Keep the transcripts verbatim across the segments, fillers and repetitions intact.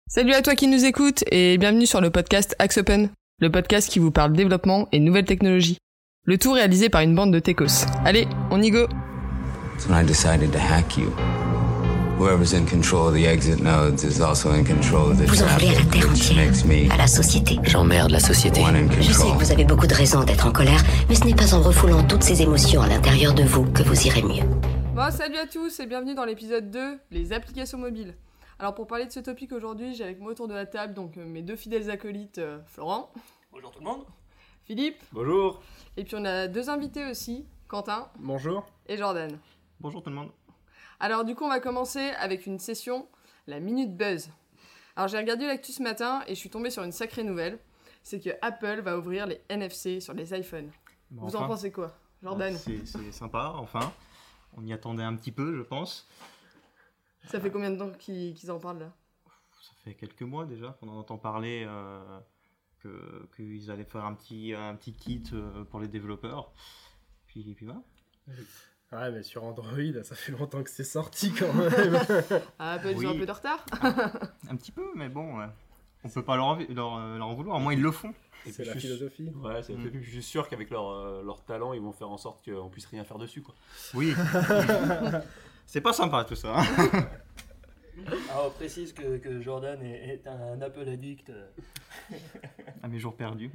Salut à toi qui nous écoutes et bienvenue sur le podcast Axe Open, le podcast qui vous parle développement et nouvelles technologies. Le tout réalisé par une bande de techos. Allez, on y go. When I decided to hack you, whoever's in control of the exit nodes is also in control of the Vous en voulez à la terre which makes entière, me à la société. J'emmerde la société. one in Je sais control. que vous avez beaucoup de raisons d'être en colère, mais ce n'est pas en refoulant toutes ces émotions à l'intérieur de vous que vous irez mieux. Bon, salut à tous et bienvenue dans l'épisode deux, les applications mobiles. Alors pour parler de ce topic aujourd'hui, j'ai avec moi autour de la table donc euh, mes deux fidèles acolytes, euh, Florent. Bonjour tout le monde. Philippe. Bonjour. Et puis on a deux invités aussi, Quentin. Bonjour. Et Jordan. Bonjour tout le monde. Alors du coup on va commencer avec une session, la Minute Buzz. Alors j'ai regardé l'actu ce matin et je suis tombée sur une sacrée nouvelle, c'est que Apple va ouvrir les N F C sur les iPhones. Bon, Vous enfin, en pensez quoi, Jordan? c'est, c'est sympa, enfin. On y attendait un petit peu, je pense. Ça fait combien de temps qu'ils, qu'ils en parlent là? Ça fait quelques mois déjà qu'on en entend parler euh, que, qu'ils allaient faire un petit, un petit kit euh, pour les développeurs. Puis, puis voilà. Ouais, mais sur Android, ça fait longtemps que c'est sorti quand même. Ah, Apple, ils ont Oui. un peu de retard. Un petit peu, mais bon, euh, on peut pas leur, en- leur, euh, leur en vouloir. Au moins, ils le font. Et C'est puis, la je suis- philosophie. Ouais, c'est Mm. fait. Puis je suis sûr qu'avec leur, euh, leur talent, ils vont faire en sorte qu'on puisse rien faire dessus, quoi. Oui. C'est pas sympa tout ça. hein. Alors, on précise que, que Jordan est, est un Apple addict. À mes jours perdus.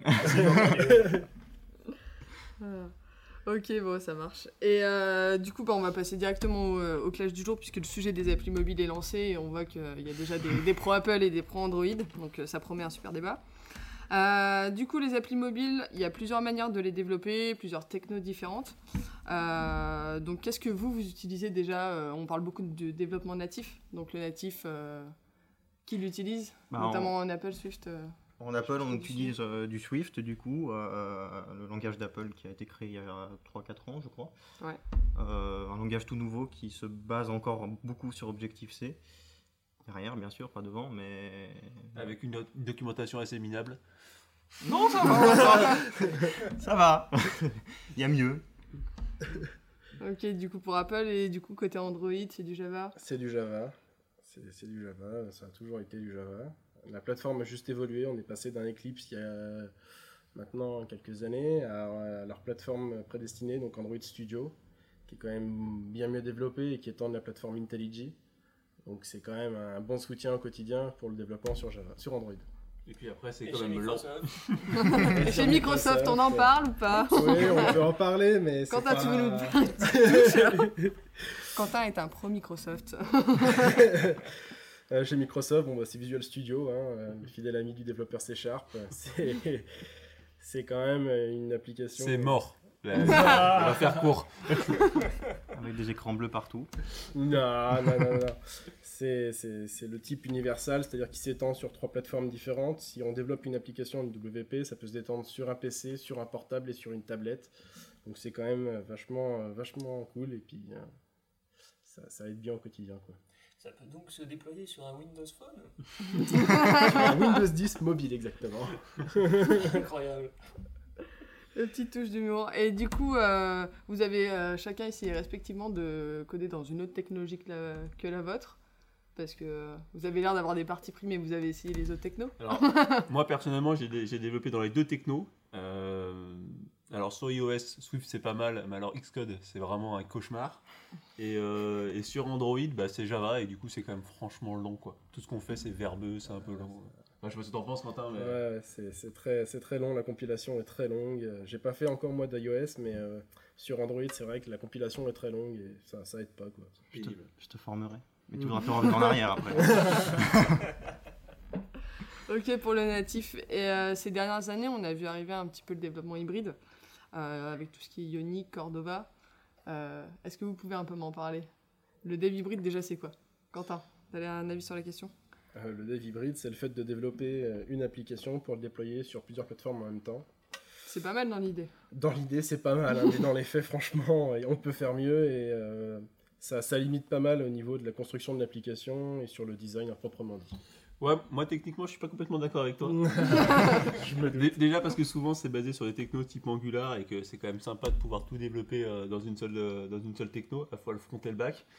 Ah. Ok, bon, ça marche. Et euh, du coup, bah, on va passer directement au, euh, au clash du jour, puisque le sujet des applis mobiles est lancé, et on voit qu'il y a déjà des, des pros Apple et des pros Android, donc euh, ça promet un super débat. Euh, du coup, les applis mobiles, il y a plusieurs manières de les développer, plusieurs technos différentes. Euh, donc, qu'est-ce que vous, vous utilisez déjà? Euh, On parle beaucoup de développement natif, donc le natif, euh, qui l'utilise, Bah, notamment en Apple Swift. euh. En Apple, on Du utilise euh, du Swift, du coup, euh, le langage d'Apple qui a été créé il y a trois quatre ans, je crois. Ouais. Euh, un langage tout nouveau qui se base encore beaucoup sur Objective-C. Derrière, bien sûr, pas devant, mais... Avec une, do- une documentation assez minable. Non, ça va, ça va. Ça va. Il y a mieux. Ok, du coup, pour Apple, et du coup, côté Android, c'est du Java. C'est du Java. C'est, c'est du Java. Ça a toujours été du Java. La plateforme a juste évolué. On est passé d'un Eclipse il y a maintenant quelques années à, à leur plateforme prédestinée, donc Android Studio, qui est quand même bien mieux développée et qui étend de la plateforme IntelliJ. Donc c'est quand même un bon soutien au quotidien pour le développement sur Java, sur Android. Et puis après, c'est Et quand chez même lent. Microsoft. Chez Microsoft, on en parle ou pas? Oui, on peut en parler, mais c'est Quentin, pas... tu veux nous faire une petite touche? Quentin est un pro Microsoft. Euh, chez Microsoft, bon, bah, c'est Visual Studio, hein, euh, le fidèle ami du développeur C Sharp. Euh, C'est, c'est quand même euh, une application. C'est mort. Là, on va faire court. Avec des écrans bleus partout. Non, non, non, non. C'est, c'est, c'est le type universal, c'est-à-dire qu'il s'étend sur trois plateformes différentes. Si on développe une application de W P, ça peut se détendre sur un P C, sur un portable et sur une tablette. Donc c'est quand même euh, vachement, euh, vachement cool et puis euh, ça, ça aide bien au quotidien, quoi. Ça peut donc se déployer sur un Windows Phone. Un Windows dix mobile, exactement. Incroyable. La petite touche d'humour. Et du coup, euh, vous avez euh, chacun essayé respectivement de coder dans une autre technologie que la, que la vôtre. Parce que euh, vous avez l'air d'avoir des parties pris, mais vous avez essayé les autres technos. Alors, moi personnellement, j'ai, dé- j'ai développé dans les deux technos. Euh, alors sur iOS, Swift c'est pas mal, mais alors Xcode c'est vraiment un cauchemar. Et, euh, et sur Android, bah, c'est Java et du coup c'est quand même franchement long, quoi. Tout ce qu'on fait c'est verbeux, c'est un peu long. Enfin, je sais pas ce que t'en penses, Quentin, mais... Ouais, c'est, c'est, très, c'est très long, la compilation est très longue. Euh, J'ai pas fait encore moi d'iOS, mais euh, sur Android, c'est vrai que la compilation est très longue et ça, ça aide pas, quoi. Je te, pénible. je te formerai. Mais tu devras te remettre en arrière après. Ok, pour le natif. Et euh, ces dernières années, on a vu arriver un petit peu le développement hybride, euh, avec tout ce qui est Ionic, Cordova. Euh, est-ce que vous pouvez un peu m'en parler? Le dev hybride, déjà, c'est quoi? Quentin, t'as un avis sur la question? Euh, le dev hybride, c'est le fait de développer euh, une application pour le déployer sur plusieurs plateformes en même temps. C'est pas mal dans l'idée. Dans l'idée, c'est pas mal, hein, mais dans les faits, franchement, on peut faire mieux et euh, ça, ça limite pas mal au niveau de la construction de l'application et sur le design à proprement dit. Ouais, moi techniquement je suis pas complètement d'accord avec toi. Je me doute. Dé- Déjà parce que souvent c'est basé sur des technos type Angular et que c'est quand même sympa de pouvoir tout développer euh, dans une seule euh, dans une seule techno, à la fois le front et le back.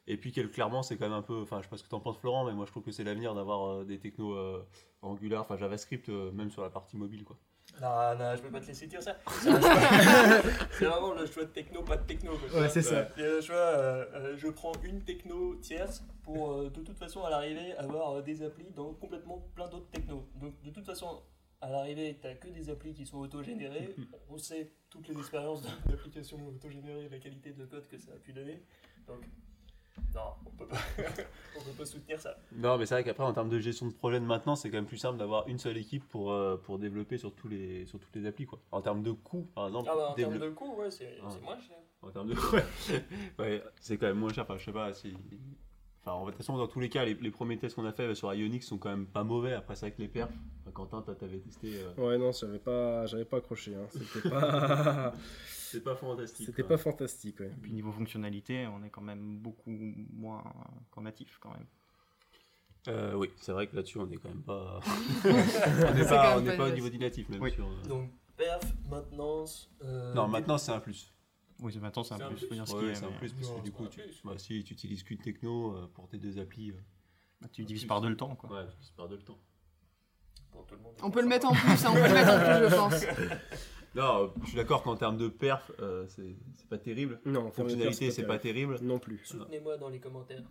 Et puis clairement, c'est quand même un peu, enfin je sais pas ce que t'en penses Florent, mais moi je trouve que c'est l'avenir d'avoir euh, des technos euh, Angular, enfin JavaScript, euh, même sur la partie mobile quoi. Non, non, je peux pas te laisser dire ça. C'est, un choix- c'est vraiment le choix de techno, pas de techno. Quoi. Ouais, c'est ça. C'est le choix, euh, euh, je prends une techno tierce pour euh, de toute façon à l'arrivée avoir euh, des applis dans complètement plein d'autres technos. Donc de toute façon, à l'arrivée, t'as que des applis qui sont auto-générées. On sait toutes les expériences d'applications auto-générées, la qualité de code que ça a pu donner. Donc non, on peut pas, on peut pas soutenir ça. Non, mais c'est vrai qu'après, en termes de gestion de projet de maintenance, c'est quand même plus simple d'avoir une seule équipe pour, euh, pour développer sur, tous les, sur toutes les applis. Quoi. En termes de coût, par exemple. Ah bah, en dévelop- termes de coût, ouais, c'est, Ah. c'est moins cher. En termes de ouais. ouais, c'est quand même moins cher. Enfin, je sais pas si. Enfin, en fait, de toute façon, dans tous les cas, les, les premiers tests qu'on a fait sur Ionix sont quand même pas mauvais. Après, c'est vrai que les perfs, enfin, Quentin, toi, t'avais testé. Euh... Ouais, non, j'avais pas, j'avais pas accroché. Hein. C'était pas, c'est pas fantastique. c'était quoi. pas fantastique. Ouais. Et puis niveau fonctionnalité, on est quand même beaucoup moins qu'en natif quand même. Euh, oui, c'est vrai que là-dessus, on est quand même pas. C'est on n'est quand pas, même on n'est pas pas au une niveau du natif, même. Oui. Sur, euh, Donc perf, maintenance. Euh, Non, des- maintenant, c'est un plus. Oui, c'est- maintenant c'est un C'est un plus, plus. faut dire ce Ouais, qui est, c'est un mais, plus parce Non, que du c'est coup, pas un tu, plus. bah, si tu utilises qu'une techno euh, pour tes deux applis, euh, bah, tu divises par deux le temps quoi. ouais, tu perds de le temps. Pour tout le monde. On peut le mettre en plus, hein, on peut le mettre en plus, je pense. Non, euh, je suis d'accord qu'en termes de perf, euh, c'est c'est pas terrible. Non, en termes de Fonctionnalité, perf, c'est pas terrible. Non plus. Soutenez-moi dans les commentaires.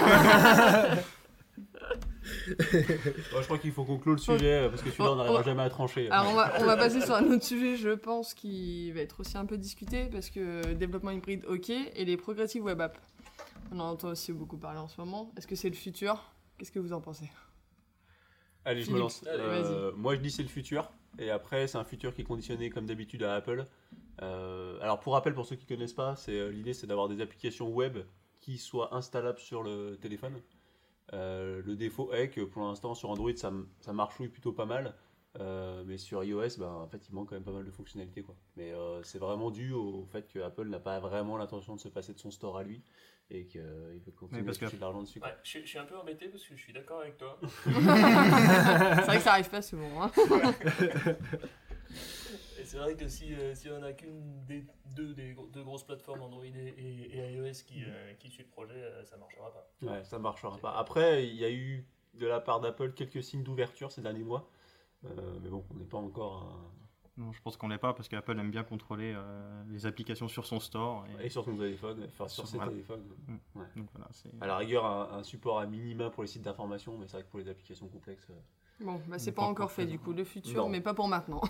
Bon, je crois qu'il faut qu'on clôt le sujet euh, parce que celui-là, on n'arrivera jamais à trancher. Alors on va, on va passer sur un autre sujet, je pense, qui va être aussi un peu discuté, parce que développement hybride, ok, et les progressive web apps. On en entend aussi beaucoup parler en ce moment. Est-ce que c'est le futur ? Qu'est-ce que vous en pensez ? Allez, je me Philippe, lance. allez, Euh, moi, je dis c'est le futur. Et après, c'est un futur qui est conditionné, comme d'habitude, à Apple. Euh, alors, pour rappel, pour ceux qui ne connaissent pas, c'est, euh, l'idée, c'est d'avoir des applications web qui soient installables sur le téléphone. Euh, le défaut est que, pour l'instant, sur Android, ça, m- ça marchouille plutôt pas mal. Euh, mais sur iOS, bah, en fait, il manque quand même pas mal de fonctionnalités, quoi. Mais euh, c'est vraiment dû au fait que Apple n'a pas vraiment l'intention de se passer de son store à lui et qu'il veut continuer Oui, parce à toucher que- de l'argent dessus. quoi. Ouais, je, suis- je suis un peu embêté parce que je suis d'accord avec toi. C'est vrai que ça arrive pas souvent. Hein. Et c'est vrai que si, euh, si on a qu'une des deux des gros- deux grosses plateformes Android et, et- et iOS qui, euh, qui suit le projet, euh, ça marchera pas. Ouais, ça marchera pas. Après, il y a eu de la part d'Apple quelques signes d'ouverture ces derniers mois. Euh, mais bon, on n'est pas encore. un- Non, je pense qu'on l'est pas parce qu'Apple aime bien contrôler euh, les applications sur son store. Et, Et sur son téléphone, enfin sur ses Voilà. téléphones. Mm. Ouais. donc voilà, c'est. À la rigueur, un, un support à minima pour les sites d'information, mais c'est vrai que pour les applications complexes. euh, Bon, bah c'est On pas peut encore encore fait faire du coup, le futur, Non. mais pas pour maintenant.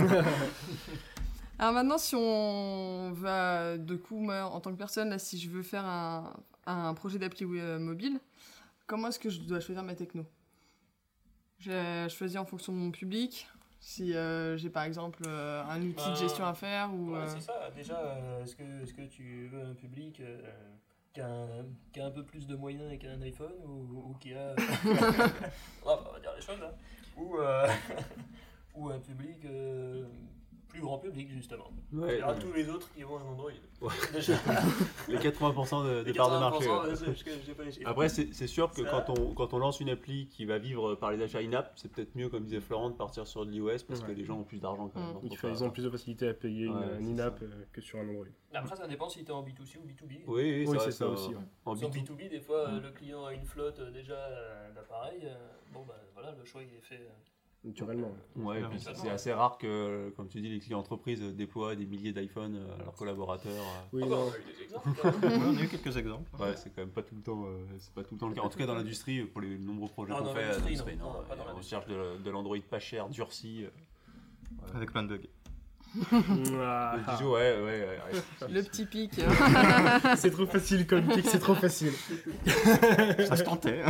Alors maintenant, si on va, de coup, moi, en tant que personne, là, si je veux faire un, un projet d'appli euh, mobile, comment est-ce que je dois choisir ma techno ? Je choisis en fonction de mon public, si euh, j'ai par exemple euh, un outil de Bah, gestion à faire ou... Ouais, euh, c'est ça. Déjà, euh, est-ce que, est-ce que tu veux un public euh, qui, a un, qui a un peu plus de moyens et qui a un iPhone ou, ou qui a. Ouais, on va dire les choses là. Ou, euh, ou un public. euh, plus grand public justement. Ouais, Il y aura ouais. tous les autres qui vont à Android. Ouais. Déjà, Les quatre-vingts pour cent de, des les parts de marché. quatre-vingts pour cent, ouais. ouais, c'est- parce que j'ai pas les chiffres. Après, c'est c'est sûr que Ça quand on, quand on lance une appli qui va vivre par les achats in-app, c'est peut-être mieux, comme disait Florent, de partir sur de l'iOS parce que Ouais. les gens ont plus d'argent quand même. Mm. hein, Il pour fait- faire- ils ont plus de facilité à payer une, Ouais, une c'est in-app ça. euh, que sur un Android. Après, ça dépend si tu es en B deux C ou B deux B. Oui, oui, Oui, vrai c'est ça que, aussi, euh, ouais. En Sur B deux B. B deux B, des fois, euh, le client a une flotte euh, déjà euh, d'appareils. euh, bon, bah voilà, le choix il est fait. euh, Naturellement. Ouais, et puis Naturellement. c'est assez rare que, comme tu dis, les clients entreprises déploient des milliers d'iPhone à leurs collaborateurs. euh. Oui, Ah bah, non. on a eu des exemples. quand même. Ouais, on a eu quelques exemples. Ouais, c'est quand même pas tout le temps, euh, c'est pas tout le temps le cas. En tout cas, dans l'industrie, pour les nombreux projets Ah, qu'on dans fait, l'industrie, l'industrie, non. non. Non, pas dans on l'industrie. cherche de, de l'Android pas cher, durci. euh. Avec plein de bugs. Ah, Le Dijon, ouais, ouais, ouais, ouais. Le petit pic. c'est trop facile comme pic, c'est trop facile. Ça se tentait.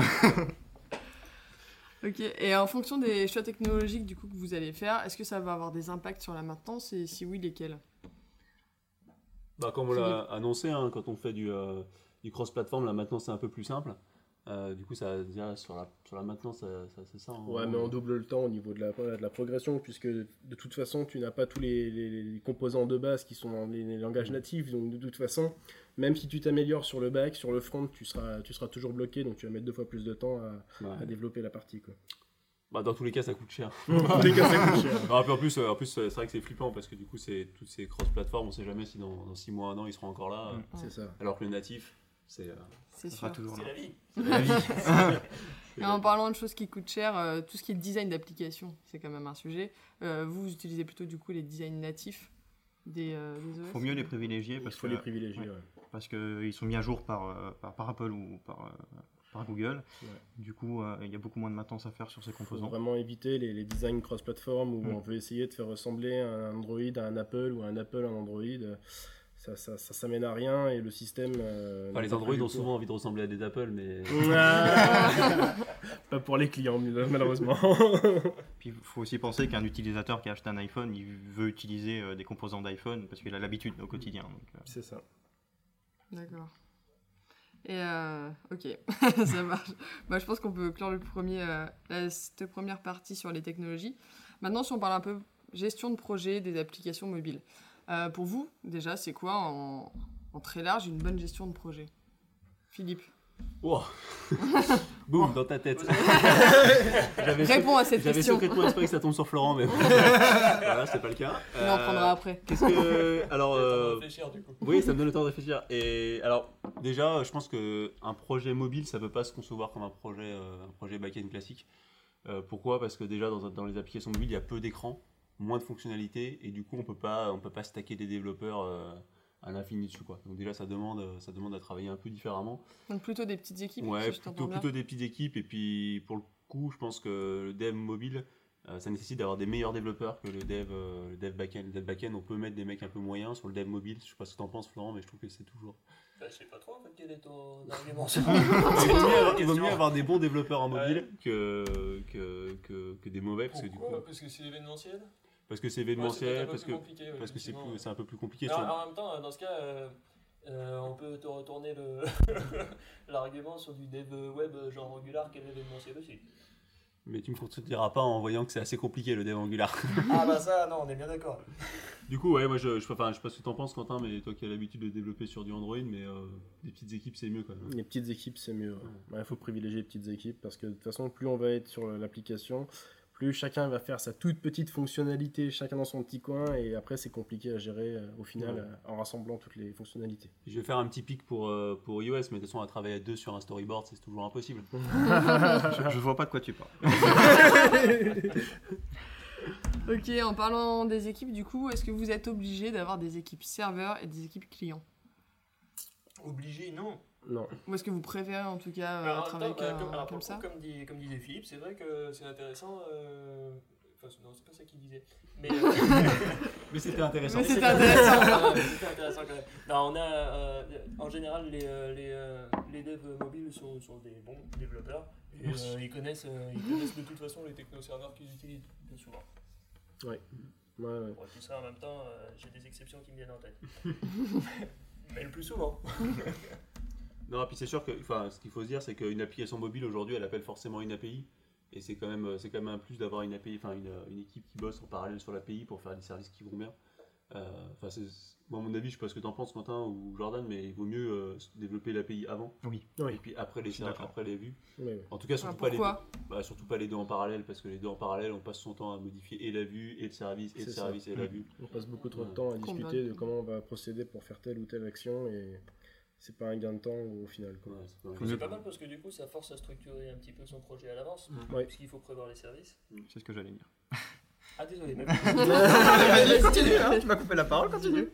Ok, et en fonction des choix technologiques du coup que vous allez faire, est-ce que ça va avoir des impacts sur la maintenance et si oui, lesquels ? Bah, comme on l'a annoncé, hein, quand on fait du, euh, du cross-platform, là maintenant c'est un peu plus simple. Euh, du coup, ça déjà sur la, sur la maintenance, ça, ça- c'est ça. hein. Ouais, mais on double le temps au niveau de la, de la progression, puisque de toute façon, tu n'as pas tous les, les- les composants de base qui sont dans les, les langages natifs. Donc, de toute façon, même si tu t'améliores sur le back, sur le front, tu seras, tu seras toujours bloqué. Donc, tu vas mettre deux fois plus de temps à, Ouais. à développer la partie. Quoi. Bah, dans tous les cas, ça coûte cher. Dans tous les cas, ça coûte cher. Non, et puis en plus, euh, en plus c'est vrai que c'est flippant parce que du coup, c'est toutes ces cross-platforms, on sait jamais si dans, dans six mois, un an, ils seront encore là. euh, C'est ça. Alors que le natif, C'est, euh, C'est Ça sera sûr. toujours C'est là. la vie. C'est la vie. Et en parlant de choses qui coûtent cher, euh, tout ce qui est design d'application, c'est quand même un sujet. Euh, vous, vous utilisez plutôt du coup les designs natifs des, euh, des O S. Faut mieux les privilégier parce Il faut que les privilégier. ouais. ouais. parce qu'ils sont mis à jour par, euh, par, par Apple ou par, euh, par Google. Ouais. Du coup, euh, il y a beaucoup moins de maintenance à faire sur ces Il faut composants. vraiment éviter les, les designs cross-platform où Mm. on veut essayer de faire ressembler un Android à un Apple ou un Apple à un Android. Ça, ça, ça, ça mène à rien et le système. euh, enfin, n'est les pas Android prévu ont pour. souvent envie de ressembler à des Apple, mais Pas pour les clients, malheureusement. Puis il faut aussi penser qu'un utilisateur qui a acheté un iPhone, il veut utiliser euh, des composants d'iPhone parce qu'il a l'habitude au quotidien. Donc, euh, C'est ça. D'accord. Et euh, ok, ça marche. Bah, je pense qu'on peut clore le premier, euh, la- cette première partie sur les technologies. Maintenant, si on parle un peu gestion de projet des applications mobiles. Euh, pour vous, déjà, c'est quoi en, en très large une bonne gestion de projet? Philippe, Wow. Boum, dans ta tête. J'avais réponds à cette J'avais question. secrètement espéré que ça tombe sur Florent, mais bon. Voilà, c'est pas le cas. On en Euh, prendra après. Qu'est-ce que. Alors. On va euh, réfléchir du coup. Oui, ça me donne le temps de réfléchir. Et alors, déjà, je pense qu'un projet mobile, ça peut pas se concevoir comme un projet, euh, un projet back-end classique. Euh, pourquoi? Parce que déjà, dans, dans les applications mobiles, il y a peu d'écrans, moins de fonctionnalités, et du coup, on peut pas, on peut pas stacker des développeurs euh, à l'infini dessus, quoi. Donc déjà, ça demande, ça demande à travailler un peu différemment. Donc plutôt des petites équipes, Ouais, si je t'entends plutôt, bien. plutôt des petites équipes. Et puis, pour le coup, je pense que le dev mobile, euh, ça nécessite d'avoir des meilleurs développeurs que le dev, euh, le dev back-end. Le dev back-end, on peut mettre des mecs un peu moyens. Sur le dev mobile, je sais pas ce que t'en penses, Florent, mais je trouve que c'est toujours. Bah, je sais pas trop en fait quel est ton argument sur Il vaut mieux avoir, il vaut mieux question. avoir des bons développeurs en mobile Ouais. que, que, que, que des mauvais. Parce que, du coup, Pourquoi? Parce que c'est événementiel. parce que c'est Ouais, c'est événementiel, peut-être un peu parce, plus que, compliqué, ouais, parce que c'est, effectivement. plus, c'est un peu plus compliqué. Alors, sur- en même temps, dans ce cas, euh, euh, on peut te retourner le l'argument sur du dev web genre Angular qui est événementiel aussi. Mais tu me contrediras pas en voyant que c'est assez compliqué le dev Angular. Ah bah ça, non, on est bien d'accord. Du coup, ouais, moi je, je, enfin, je sais pas ce que t'en penses, Quentin, mais toi qui as l'habitude de développer sur du Android, mais euh, des petites équipes c'est mieux quand même. Les petites équipes, c'est mieux. Il ouais, faut privilégier les petites équipes parce que de toute façon, plus on va être sur l'application, plus chacun va faire sa toute petite fonctionnalité, chacun dans son petit coin, et après, c'est compliqué à gérer euh, au final Ouais. euh, en rassemblant toutes les fonctionnalités. Je vais faire un petit pic pour, euh, pour iOS, mais de toute façon, à travailler à deux sur un storyboard, c'est toujours impossible. je, je vois pas de quoi tu parles. Ok, en parlant des équipes, du coup, est-ce que vous êtes obligé d'avoir des équipes serveurs et des équipes clients? Obligé, non. Non. Ou est-ce que vous préférez en tout cas euh, Alors, en même travailler temps, euh, comme, comme, alors, comme pour ça? le coup, comme, dit, comme disait Philippe, c'est vrai que c'est intéressant. euh, Enfin, non, c'est pas ça qu'il disait. Mais, euh, Mais c'était intéressant. Mais c'est c'était intéressant. Ouais, c'était intéressant quand même. Non, on a, euh, en général, les, euh, les, euh, les devs mobiles sont, sont des bons développeurs. Et, euh, ils, connaissent, euh, ils connaissent de toute façon les techno-serveurs qu'ils utilisent bien souvent. Ouais. Ouais, ouais. Bon, tout ça en même temps, euh, j'ai des exceptions qui me viennent en tête. Mais le plus souvent. Non, puis c'est sûr que, enfin, ce qu'il faut se dire, c'est qu'une application mobile aujourd'hui, elle appelle forcément une A P I. Et c'est quand même, c'est quand même un plus d'avoir une A P I, enfin une, une équipe qui bosse en parallèle sur l'A P I pour faire des services qui vont bien. Euh, Enfin, c'est, moi, à mon avis, je sais pas ce que t'en penses, Quentin ou Jordan, mais il vaut mieux euh, développer l'A P I avant. Oui. Oui. Et puis après les, Je suis ser- d'accord. après les vues. Ouais, ouais. En tout cas, surtout, Ah, pas les deux, pourquoi bah, surtout pas les deux en parallèle, parce que les deux en parallèle, on passe son temps à modifier et la vue, et le service, et le C'est ça. service, et la Mm. vue. On passe beaucoup trop de temps à Combien discuter de de temps comment on va procéder pour faire telle ou telle action et c'est pas un gain de temps au final. Quoi. Ouais, c'est pas- Faut C'est mieux- pas mal parce que du coup, ça force à structurer un petit peu son projet à l'avance. Ouais. Puisqu'il faut prévoir les services. C'est ce que j'allais dire. Ah, désolé, même. Tu m'as coupé la parole, continue.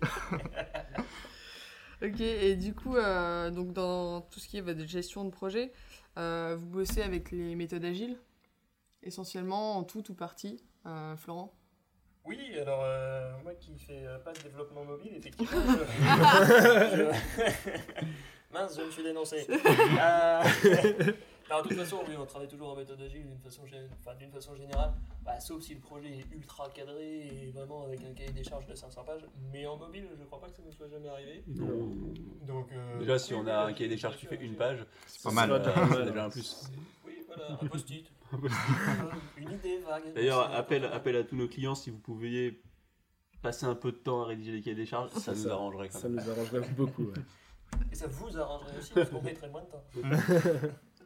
Ok, et du coup, euh, donc dans tout ce qui est votre gestion de projet, euh, vous bossez avec les méthodes agiles, essentiellement en tout ou partie. Euh, Florent? Oui, alors euh, moi qui fais euh, pas de développement mobile, effectivement. je- je- Mince, je me suis dénoncé. Euh, alors, de toute façon, oui, on travaille toujours en méthode agile d'une façon, gé- enfin, d'une façon générale, bah, sauf si le projet est ultra cadré et vraiment avec un cahier des charges de cinq cents pages. Mais en mobile, je crois pas que ça nous soit jamais arrivé. Non. Donc, euh, Déjà, si oui, on oui, a un oui, cahier des bien charges qui sûr, fait bien une sûr. page, C'est pas Ça mal. sera euh, déjà pas c'est mal. déjà un plus. Oui, voilà, un post-it. Une idée vague. D'ailleurs, Merci, appel, n'importe appel à tous nos clients, si vous pouviez passer un peu de temps à rédiger les cahiers des charges, ça C'est nous ça. arrangerait quand Ça même. nous arrangerait beaucoup. Ouais. quoi. Et ça vous arrangerait aussi, parce qu'on mettrait moins de temps.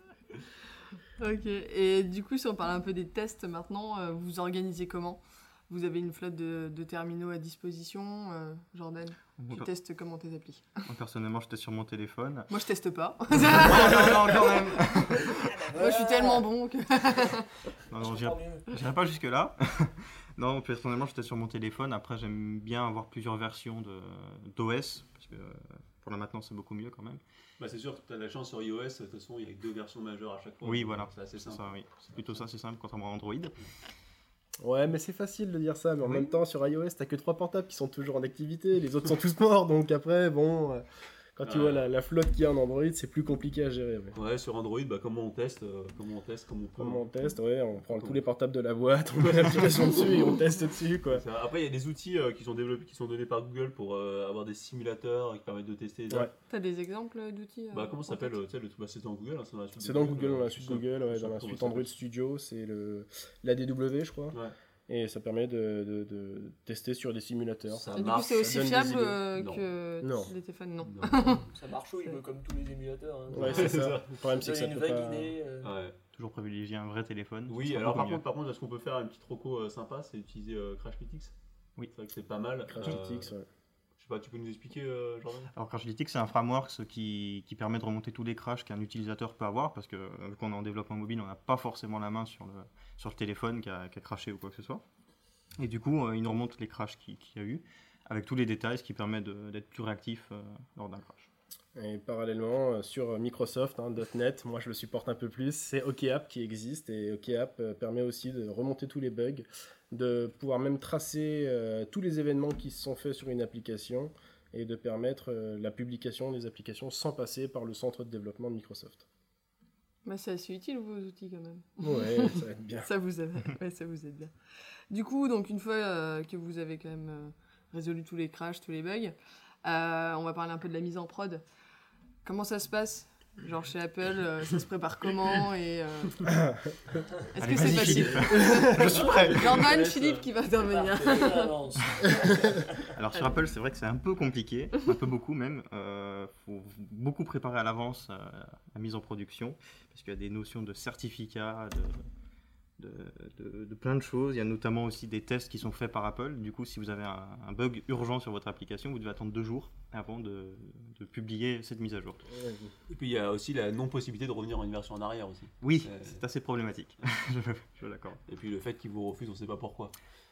Ok, et du coup, si on parle un peu des tests maintenant, euh, vous vous organisez comment? vous avez une flotte de, de terminaux à disposition. Euh, Jordan, Moi, tu per- testes comment tes applis? moi, personnellement, j'étais sur mon téléphone. Moi, je teste pas. non, non, quand même. Moi, je suis tellement bon que... Non, non, Je j'irai comprends mieux. j'irai pas jusque-là. Non, personnellement, j'étais sur mon téléphone. Après, j'aime bien avoir plusieurs versions de d'O S, parce que euh, pour la maintenance, c'est beaucoup mieux quand même. Bah, c'est sûr que tu as la chance sur iOS, de toute façon, il y a que deux versions majeures à chaque fois. Oui, donc voilà. C'est assez C'est simple. ça, oui. C'est plutôt ça, c'est simple, contrairement à Android. Ouais, mais c'est facile de dire ça, mais en Oui. même temps, sur iOS, t'as que trois portables qui sont toujours en activité, les autres sont tous morts, donc après, bon, euh, quand tu Ouais. vois la, la flotte qu'il y a en Android, c'est plus compliqué à gérer. Ouais. Ouais, sur Android, bah, comment on teste euh, Comment on teste Comme on peut. Comment on teste, ouais, on prend tous les portables de la boîte, on met l'application dessus et on teste dessus, quoi. Ça. Après, il y a des outils euh, qui sont développés, qui sont donnés par Google pour euh, avoir des simulateurs qui permettent de tester. les Ouais. apps. T'as des exemples d'outils? euh, Bah, comment ça en tête s'appelle euh, tu sais, le- bah, c'est dans Google, hein, c'est dans la suite. C'est de dans Google, dans la euh, suite ça. Google, ouais, Ça, dans la comment suite ça Android s'appelle Studio, c'est le l'A D W, je crois, Ouais. et ça permet de, de, de tester sur des simulateurs. Ça Et du coup, marche. c'est aussi ça donne des fiable idées. euh, Non. que Non. les téléphones? Non. Non. Ça marchouille C'est- comme tous les émulateurs. Hein. Ouais, c'est c'est ça. ça. Le problème, c'est Ça que ça donne peut une vague pas... idée. euh. Ouais. Toujours privilégier un vrai téléphone. ça Oui, sera alors beaucoup par mieux. contre, par contre, ce qu'on peut faire, un petit troco euh, sympa, c'est utiliser euh, CrashLytics. Oui. C'est vrai que c'est pas mal. Crashlytics, Euh, ouais. Je sais pas, tu peux nous expliquer, euh, Jordan Alors Crashlytics, c'est un framework qui, qui permet de remonter tous les crashs qu'un utilisateur peut avoir, parce que euh, vu qu'on est en développement mobile, on n'a pas forcément la main sur le, sur le téléphone qui a, qui a crashé ou quoi que ce soit. Et du coup, euh, il nous remonte les crashs qu'il qu'il y a eu, avec tous les détails, ce qui permet de- d'être plus réactif euh, lors d'un crash. Et parallèlement, euh, sur Microsoft, hein, .NET, moi je le supporte un peu plus, c'est OKApp qui existe, et OKApp euh, permet aussi de remonter tous les bugs, de pouvoir même tracer euh, tous les événements qui se sont faits sur une application, et de permettre euh, la publication des applications sans passer par le centre de développement de Microsoft. Bah, c'est assez utile, vos outils, quand même. Ouais, ça va être bien. Ça vous aide, ouais, ça vous aide bien. Du coup, donc une fois euh, que vous avez quand même euh, résolu tous les crashs, tous les bugs, euh, on va parler un peu de la mise en prod. Comment ça se passe? Genre chez Apple, euh, ça se prépare comment et euh, est-ce Allez, que c'est vas-y, facile? Je suis prêt. Jordan, Laisse, Philippe euh, qui va intervenir. Parfait, à l'avance. Alors sur Apple, c'est vrai que c'est un peu compliqué, un peu beaucoup même. Il faut beaucoup préparer à l'avance euh, la mise en production, parce qu'il y a des notions de certificats, de, de, de- de plein de choses. Il y a notamment aussi des tests qui sont faits par Apple. Du coup, si vous avez un, un bug urgent sur votre application, vous devez attendre deux jours avant de, de publier cette mise à jour. Et puis il y a aussi la non-possibilité de revenir en une version en arrière aussi. Oui, Euh, c'est assez problématique. je, je suis d'accord. Et puis le fait qu'ils vous refusent, on sait pas pourquoi.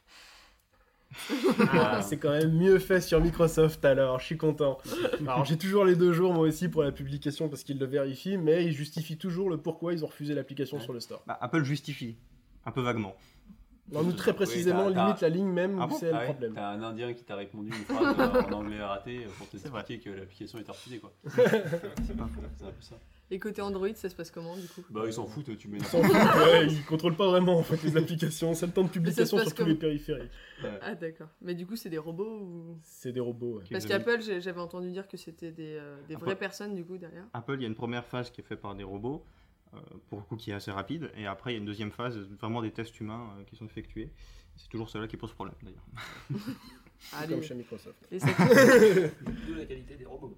Ah, c'est quand même mieux fait sur Microsoft alors, je suis content. Alors j'ai toujours les deux jours moi aussi pour la publication parce qu'ils le vérifient, mais ils justifient toujours le pourquoi ils ont refusé l'application Ouais. sur le store. Bah, Apple justifie, un peu vaguement. Non, nous très précisément, Oui, t'as- limite t'as- la ligne même Ah où bon c'est Ah le ouais, problème. T'as un Indien qui t'a répondu une phrase euh, en anglais raté pour C'est vrai. t'expliquer que l'application était refusée quoi. C'est pas faux, c'est un peu ça. Et côté Android, ça se passe comment du coup? Bah ils s'en foutent, tu mets Ils s'en foutent, ouais, ils contrôlent pas vraiment en fait les applications, c'est le temps de publication passe sur tous comme- les périphériques. Ouais. Ah d'accord. Mais du coup, c'est des robots ou... C'est des robots. ouais. Parce Vous avez- qu'Apple, j'ai- j'avais entendu dire que c'était des, euh, des vraies Apple- personnes du coup derrière. Apple, il y a une première phase qui est faite par des robots, euh, pour le coup qui est assez rapide, et après il y a une deuxième phase, vraiment des tests humains euh, qui sont effectués. C'est toujours cela qui pose problème d'ailleurs. Allez, Comme chez Microsoft. les sacrés, D'où la qualité des robots.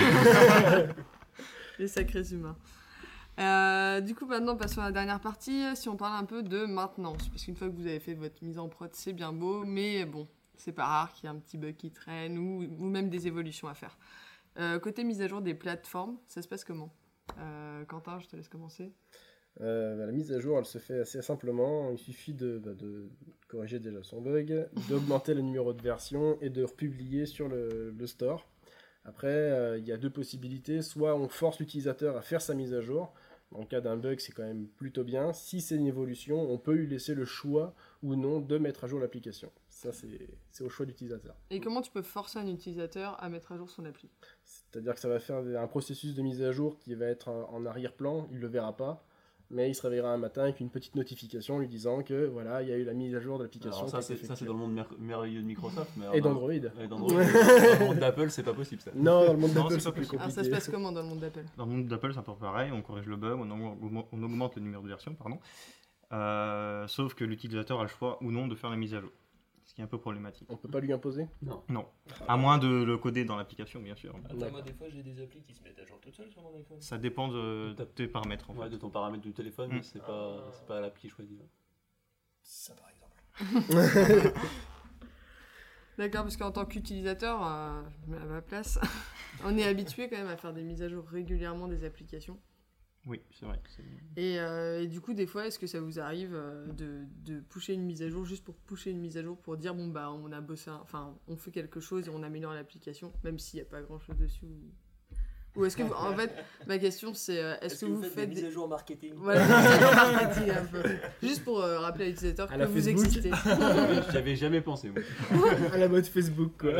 les sacrés humains. Euh, du coup, maintenant, passons à la dernière partie. Si on parle un peu de maintenance, parce qu'une fois que vous avez fait votre mise en prod, c'est bien beau, mais bon, c'est pas rare qu'il y ait un petit bug qui traîne ou, ou même des évolutions à faire. Euh, côté mise à jour des plateformes, ça se passe comment? euh, Quentin, je te laisse commencer. Euh, bah, la mise à jour, elle se fait assez simplement. Il suffit de, bah, de corriger déjà son bug, d'augmenter le numéro de version et de republier sur le, le store. Après, euh, il y a deux possibilités. Soit on force l'utilisateur à faire sa mise à jour. Dans le cas d'un bug, c'est quand même plutôt bien. Si c'est une évolution, on peut lui laisser le choix ou non de mettre à jour l'application. Ça, c'est c'est au choix de l'utilisateur. Et comment tu peux forcer un utilisateur à mettre à jour son appli? C'est-à-dire que ça va faire un processus de mise à jour qui va être en en arrière-plan. Il ne le verra pas. Mais il se réveillera un matin avec une petite notification lui disant que voilà, il y a eu la mise à jour de l'application. Alors ça qui a été c'est ça, c'est effectuée. dans le monde mer- merveilleux de Microsoft. Mais alors Et dans- d'Android. Et d'Android. Dans le monde d'Apple, c'est pas possible ça. Non, dans le monde Non, d'Apple, c'est c'est pas plus possible. Alors compliqué. ça se passe comment dans le monde d'Apple? Dans le monde d'Apple, c'est un peu pareil, on corrige le bug, on augmente, on augmente le numéro de version, pardon. Euh, sauf que l'utilisateur a le choix ou non de faire la mise à jour, ce qui est un peu problématique. On peut pas lui imposer. Non, à moins de le coder dans l'application, bien sûr. Après, moi, des fois, j'ai des applis qui se mettent à jour toutes seules sur mon iPhone. Ça dépend de, de tes paramètres en Ouais, fait. de ton paramètre du téléphone, Mm. mais c'est pas c'est pas l'appli choisie. Ça, par exemple. D'accord, parce qu'en tant qu'utilisateur, euh, je me mets à ma place, on est habitué quand même à faire des mises à jour régulièrement des applications. Oui, c'est vrai. C'est... Et, euh, et du coup, des fois, est-ce que ça vous arrive euh, de, de pusher une mise à jour juste pour pusher une mise à jour pour dire bon bah on a bossé, un... enfin on fait quelque chose et on améliore l'application, même s'il n'y a pas grand-chose dessus ou... Ou est-ce que vous... en fait ma question c'est euh, est-ce, Est-ce que, que vous, vous faites faites des mises à jour marketing? Voilà, des mises à jour marketing un peu. Juste pour euh, rappeler à l'utilisateur À que la vous Facebook. existez. J'y avais jamais pensé, moi. À la mode Facebook, quoi.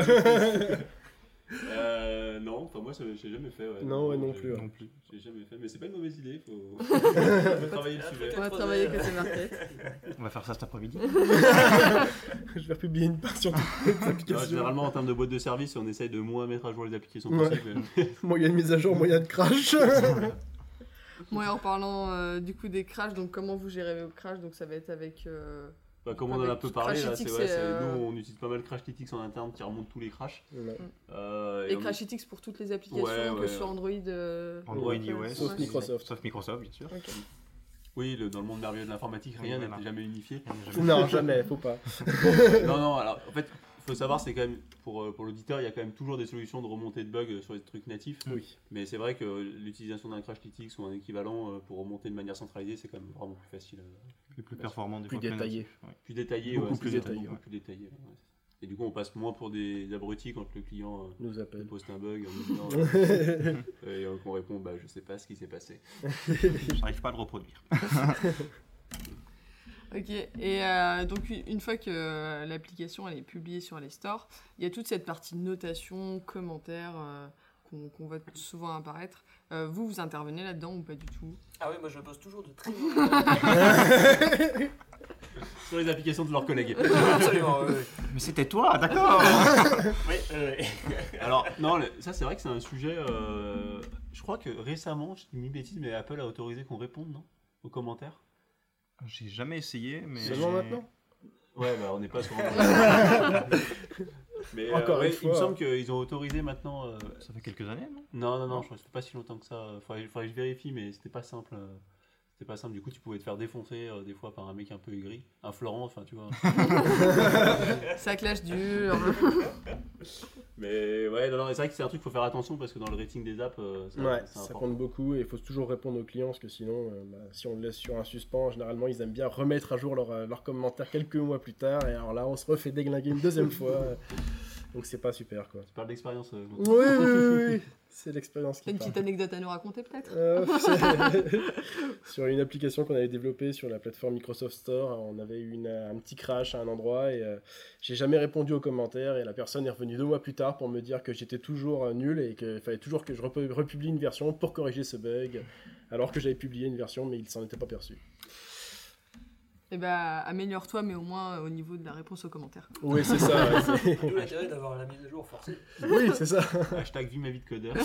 Euh, non, enfin moi, ça, j'ai jamais fait. Ouais. Non, ouais, non j'ai- plus, ouais. Non plus. J'ai jamais fait, mais c'est pas une mauvaise idée. Faut, faut travailler le sujet. On va travailler côté market. On va faire ça cet après-midi. Je vais republier une page sur toutes les Non, applications. généralement, en termes de boîte de service, on essaye de moins mettre à jour les applications Ouais. possibles. Moyen de mise à jour, moyen de crash. Bon, et en parlant euh, du coup des crashs, donc comment vous gérez vos crashs? Donc ça va être avec. Euh... Bah, comme on en a un peu parlé, là, c'est, Crashlytics, ouais, c'est, c'est- euh, nous on utilise pas mal Crashlytics en interne qui remonte tous les crashs. Ouais. Euh, Et on- Crashlytics pour toutes les applications, Ouais, que ouais. ce soit Android. Euh... Android, ouais, iOS, Sauf ouais. Microsoft. Sauf Microsoft, bien sûr. Ok. Oui, le- dans le monde merveilleux de l'informatique, rien Oui, n'est voilà. jamais unifié. Non, jamais, faut pas. non, non, alors en fait, il faut savoir, c'est quand même, pour, euh, pour l'auditeur, il y a quand même toujours des solutions de remontée de bugs sur les trucs natifs. Oui. Mais c'est vrai que l'utilisation d'un Crashlytics ou un équivalent euh, pour remonter de manière centralisée, c'est quand même vraiment plus facile. euh, Les plus performants des Plus fois que détaillé. natifs, ouais. plus détaillé. Beaucoup ouais, plus c'est ça, détaillé, beaucoup ouais. plus détaillé, ouais. Et du coup, on passe moins pour des abrutis quand le client euh, Nous appelle. poste un bug en nous disant, euh, et euh, qu'on répond bah, je sais pas ce qui s'est passé. J'arrive pas à le reproduire. Ok, et euh, donc une une fois que euh, l'application elle est publiée sur les stores, il y a toute cette partie notation, commentaires euh, qu'on, qu'on voit souvent apparaître. Euh, vous, vous intervenez là-dedans ou pas du tout? Ah oui, moi je pose toujours de très mauvais. Sur les applications de leurs collègues. Absolument, oui. Mais c'était toi, d'accord. Oui, euh, Alors, non, le- ça c'est vrai que c'est un sujet. euh, je crois que récemment, je dis une bêtise, mais Apple a autorisé qu'on réponde, non? Aux commentaires. J'ai jamais essayé, mais. Seulement j'ai- maintenant. Ouais, bah on n'est pas sur. Mais euh, Encore ouais, une il me fois. semble qu'ils ont autorisé maintenant. euh, Ça fait quelques années, non? Non, non, non, je crois que ça fait pas si longtemps que ça. Faudrait, faudrait que je vérifie, mais c'était pas simple. euh, C'était pas simple. Du coup, tu pouvais te faire défoncer euh, des fois par un mec un peu aigri, un Florent, enfin, tu vois. Ça clash dur. Mais ouais, non, non, c'est vrai que c'est un truc qu'il faut faire attention parce que dans le rating des apps, euh, ça, Ouais, c'est ça important. compte beaucoup et il faut toujours répondre aux clients parce que sinon, euh, bah, si on le laisse sur un suspens, généralement ils aiment bien remettre à jour leurs euh, leurs commentaires quelques mois plus tard et alors là on se refait déglinguer une deuxième fois. Donc c'est pas super quoi. Tu parles d'expérience. euh, Oui, oui, oui, oui. C'est l'expérience T'as qui une parle. petite anecdote à nous raconter peut-être? Euh, c'est- sur une application qu'on avait développée sur la plateforme Microsoft Store, on avait eu une- un petit crash à un endroit et euh, j'ai jamais répondu aux commentaires et la personne est revenue deux mois plus tard pour me dire que j'étais toujours euh, nul et qu'il fallait toujours que je rep- republie une version pour corriger ce bug alors que j'avais publié une version mais il s'en était pas perçu. Eh bah, améliore-toi, mais au moins euh, au niveau de la réponse aux commentaires. Oui, c'est ça. ouais, c'est- d'où l'intérêt d'avoir la mise à jour forcée. oui, c'est ça. Hashtag vie ma vie de codeur.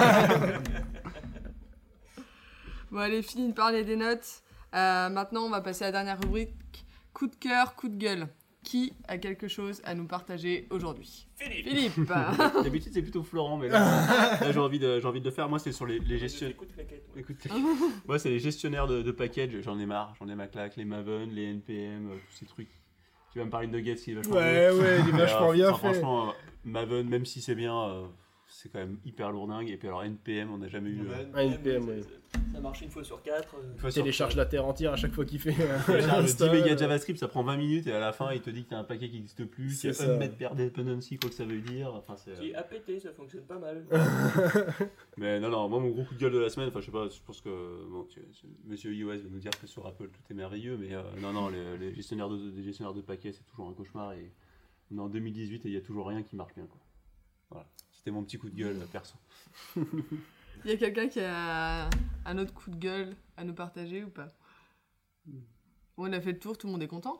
Bon, allez, fini de parler des notes. Euh, maintenant, on va passer à la dernière rubrique. Coup de cœur, coup de gueule. Qui a quelque chose à nous partager aujourd'hui? Philippe. Philippe. D'habitude, c'est plutôt Florent, mais là, là, j'ai, envie de, j'ai envie de le faire. Moi, c'est sur les, les gestionnaires. Écoute, claquette, moi. Écoute, moi, c'est les gestionnaires de, de package. J'en ai marre. J'en ai ma claque. Les Maven, les N P M, euh, tous ces trucs. Tu vas me parler de Nuggets qui est vachement Ouais, ouais, il est bien. vachement Euh, bien enfin, fait. Franchement, euh, Maven, même si c'est bien, euh, c'est quand même hyper lourdingue. Et puis alors, N P M, on n'a jamais eu. euh, Un N P M, oui. Ça marche une fois sur quatre. euh, une fois sur- Télécharge la terre entière à chaque fois qu'il fait un Télécharge dix install. mégas de JavaScript, ça prend vingt minutes et à la fin il te dit que t'as un paquet qui n'existe plus, C'est qu'il y ça. a un mètre per dependency, quoi que ça veut dire. Enfin, c'est... Qui est A P T, ça fonctionne pas mal. Mais non, non, moi mon gros coup de gueule de la semaine, enfin je sais pas, je pense que bon, tu- monsieur iOS va nous dire que sur Apple tout est merveilleux, mais euh, non, non, les, les gestionnaires de, les gestionnaires de paquets c'est toujours un cauchemar et on est en deux mille dix-huit et il y a toujours rien qui marche bien. Quoi. Voilà, c'était mon petit coup de gueule euh, perso. Il y a quelqu'un qui a un autre coup de gueule à nous partager ou pas? On a fait le tour, tout le monde est content?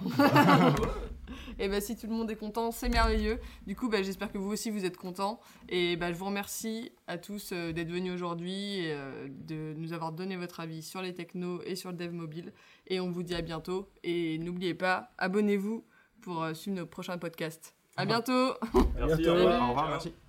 Et bah si tout le monde est content, c'est merveilleux. Du coup, bah, j'espère que vous aussi vous êtes contents. Et bah, je vous remercie à tous euh, d'être venus aujourd'hui et euh, de nous avoir donné votre avis sur les technos et sur le dev mobile. Et on vous dit à bientôt. Et n'oubliez pas, abonnez-vous pour euh, suivre nos prochains podcasts. À bientôt. À Merci, bientôt. au revoir. Au revoir, Ciao. merci.